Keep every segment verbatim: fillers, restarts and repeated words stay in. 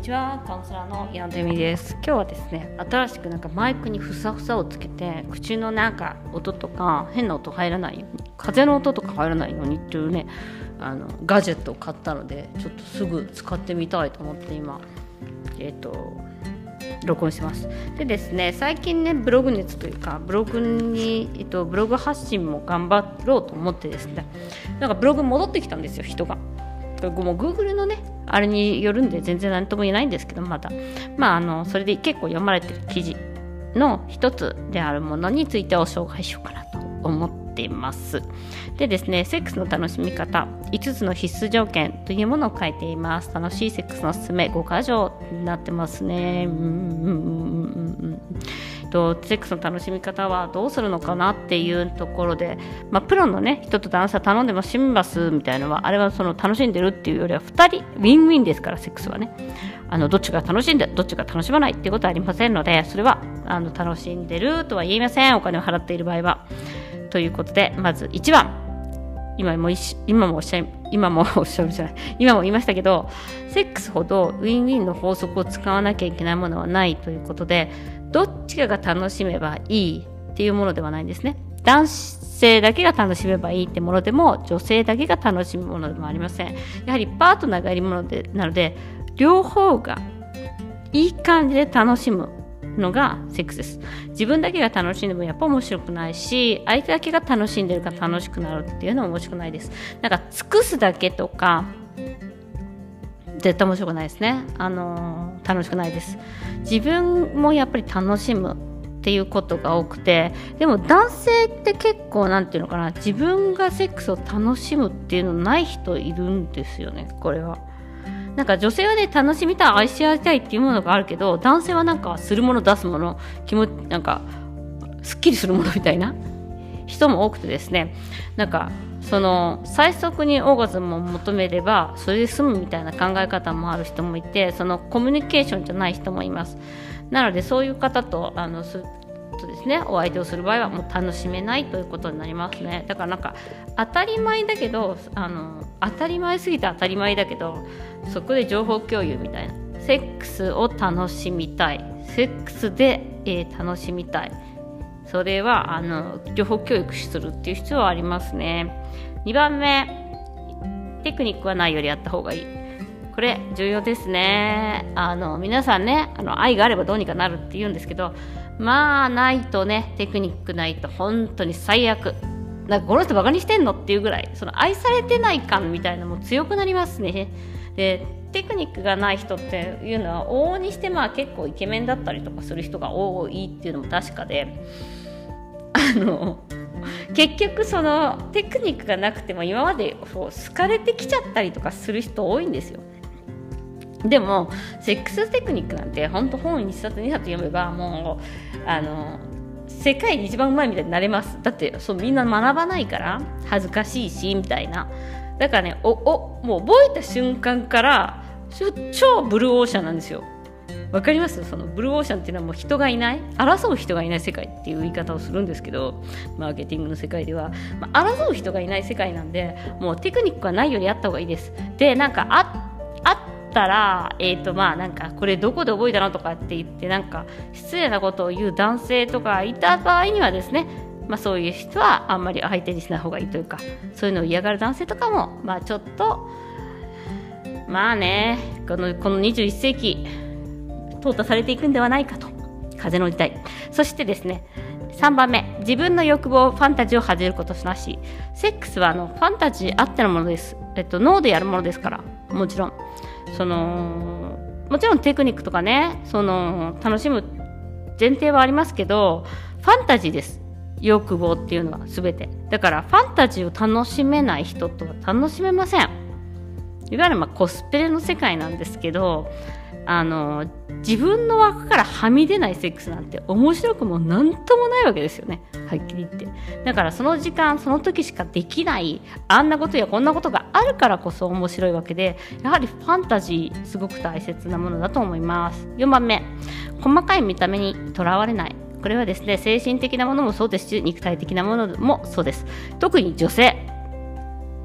ちは、カウンセラーの矢野美です。今日はですね、新しくなんかマイクにふさふさをつけて、口のなんか音とか変な音入らないように、風の音とか入らないようにっていうね、あのガジェットを買ったので、ちょっとすぐ使ってみたいと思って今、えっと録音してます。でですね、最近ね、ブログ熱というか、ブログに、えっと、ブログ発信も頑張ろうと思ってですね、なんかブログ戻ってきたんですよ、人が。もう Google のね、あれによるんで全然何とも言えないんですけど、まだ、まあ、あのそれで結構読まれてる記事の一つであるものについてを紹介しようかなと思っています。でですね、セックスの楽しみ方いつつの必須条件というものを書いています。楽しいセックスのおすすめごか条になってますね。うんうんうんうんとセックスの楽しみ方はどうするのかなっていうところで、まあ、プロのね人とダンサー頼んでもしますみたいなのは、あれはその楽しんでるっていうよりはふたりウィンウィンですから、セックスはね、あのどっちが楽しんでどっちが楽しまないっていうことはありませんので、それはあの楽しんでるとは言いません、お金を払っている場合は。ということで、まずいちばん、今も今もおっしゃい今もおっしゃいじゃない今も言いましたけど、セックスほどウィンウィンの法則を使わなきゃいけないものはないということで、どっちかが楽しめばいいっていうものではないんですね。男性だけが楽しめばいいってものでも、女性だけが楽しむものでもありません。やはりパートナーがいるものでなので、両方がいい感じで楽しむのがセックスです。自分だけが楽しんでもやっぱ面白くないし、相手だけが楽しんでるから楽しくなるっていうのも面白くないです。なんか尽くすだけとか絶対面白くないですね。あのー、楽しくないです。自分もやっぱり楽しむっていうことが多くて、でも男性って結構なんていうのかな、自分がセックスを楽しむっていうのない人いるんですよね。これはなんか女性はね、楽しみたい、愛し合いたいっていうものがあるけど、男性はなんかするもの出すもの、気持ちなんかすっきりするものみたいな人も多くてですね、なんかその最速にオーガズムを求めればそれで済むみたいな考え方もある人もいて、そのコミュニケーションじゃない人もいます。なのでそういう方とあのすとですね、お相手をする場合はもう楽しめないということになりますね。だからなんか当たり前だけど、あの当たり前すぎて当たり前だけど、そこで情報共有みたいな、セックスを楽しみたい、セックスで、えー、楽しみたい、それはあの情報教育するっていう必要はありますね。にばんめ、テクニックはないよりやった方がいい。これ重要ですね。あの皆さんね、あの愛があればどうにかなるって言うんですけど、まあないとね、テクニックないと本当に最悪。なんかこの人バカにしてんのっていうぐらい、その愛されてない感みたいなのも強くなりますね。でテクニックがない人っていうのは往々にしてまあ結構イケメンだったりとかする人が多いっていうのも確かで、あの結局そのテクニックがなくても今までそう好かれてきちゃったりとかする人多いんですよ。でもセックステクニックなんて本当本いっさつにさつ読めばもうあの世界に一番うまいみたいになれます。だってそうみんな学ばないから恥ずかしいしみたいな。だからね、おおもう覚えた瞬間から超ブルーオーシャンなんですよ。わかります？そのブルーオーシャンっていうのはもう人がいない、争う人がいない世界っていう言い方をするんですけど、マーケティングの世界では、まあ、争う人がいない世界なんで、もうテクニックはないよりあった方がいいです。でなんかああったら、えーとまあなんかこれどこで覚えたのとかって言ってなんか失礼なことを言う男性とかいた場合にはですね、まあ、そういう人はあんまり相手にしない方がいいというか、そういうのを嫌がる男性とかもまあちょっとまあね、このこのにじゅういっせいき淘汰されていくんではないかと、風の時代。そしてですね、さんばんめ、自分の欲望ファンタジーを恥じることなし。セックスはあのファンタジーあってのものです、えっと、脳でやるものですから。もちろんそのもちろんテクニックとかね、その楽しむ前提はありますけど、ファンタジーです、欲望っていうのは全て。だからファンタジーを楽しめない人とは楽しめません。いわゆるまあコスプレの世界なんですけど、あの自分の枠からはみ出ないセックスなんて面白くもなんともないわけですよね、はっきり言って。だからその時間その時しかできないあんなことやこんなことがあるからこそ面白いわけで、やはりファンタジーすごく大切なものだと思います。よんばんめ、細かい見た目にとらわれない。これはですね、精神的なものもそうですし肉体的なものもそうです。特に女性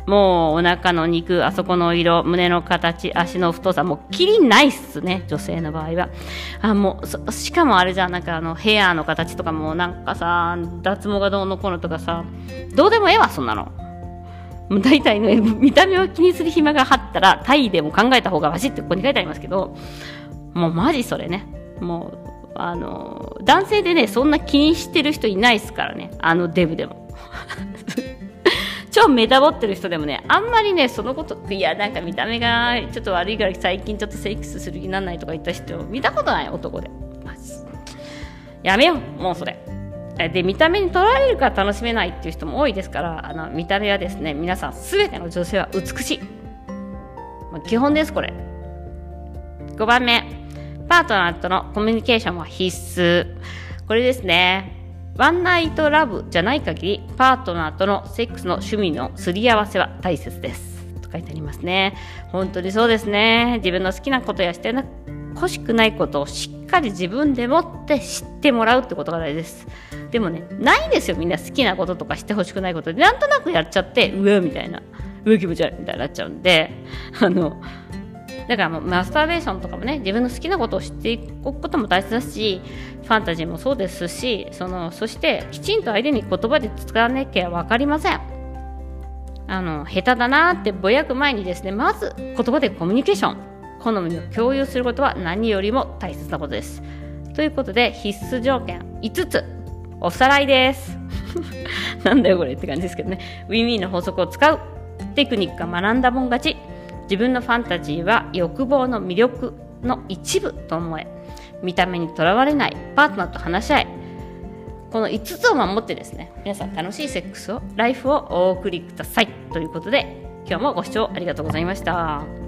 もうお腹の肉、あそこの色、胸の形、足の太さ、もうキリないっすね、女性の場合は。あ、もう、しかもあれじゃん、なんかあの、ヘアの形とかもなんかさ、脱毛がどうのこうのとかさ、どうでもええわ、そんなの。もう大体ね、見た目を気にする暇があったら、タイでも考えた方がマシってここに書いてありますけど、もうマジそれね。もう、あの、男性でね、そんな気にしてる人いないっすからね、あのデブでも。超メタボってる人でもね、あんまりね、そのこと、いや、なんか見た目がちょっと悪いから最近ちょっとセックスする気にならないとか言った人、見たことない、男で。マジ。やめよう、もうそれ。で、見た目にとらわれるから楽しめないっていう人も多いですから、あの、見た目はですね、皆さんすべての女性は美しい。まあ、基本です、これ。ごばんめ、パートナーとのコミュニケーションは必須。これですね。ワンナイトラブじゃない限り、パートナーとのセックスの趣味のすり合わせは大切です。と書いてありますね。本当にそうですね。自分の好きなことやして欲しくないことをしっかり自分でもって知ってもらうってことが大事です。でもね、ないんですよ。みんな好きなこととかして欲しくないことで、なんとなくやっちゃって、うわみたいな、うわ気持ち悪いみたいになっちゃうんで、あの、だからもうマスターベーションとかもね、自分の好きなことを知っておくことも大切だし、ファンタジーもそうですし、そのそしてきちんと相手に言葉で使わなきゃ分かりません。あの下手だなってぼやく前にですね、まず言葉でコミュニケーション、好みを共有することは何よりも大切なことです。ということで必須条件いつつ、おさらいです。なんだよこれって感じですけどね。ウィンウィンの法則を使う、テクニックが学んだもん勝ち、自分のファンタジーは欲望の魅力の一部と思え、見た目にとらわれない、パートナーと話し合い、このいつつを守ってですね、皆さん楽しいセックスをライフをお送りくださいということで、今日もご視聴ありがとうございました。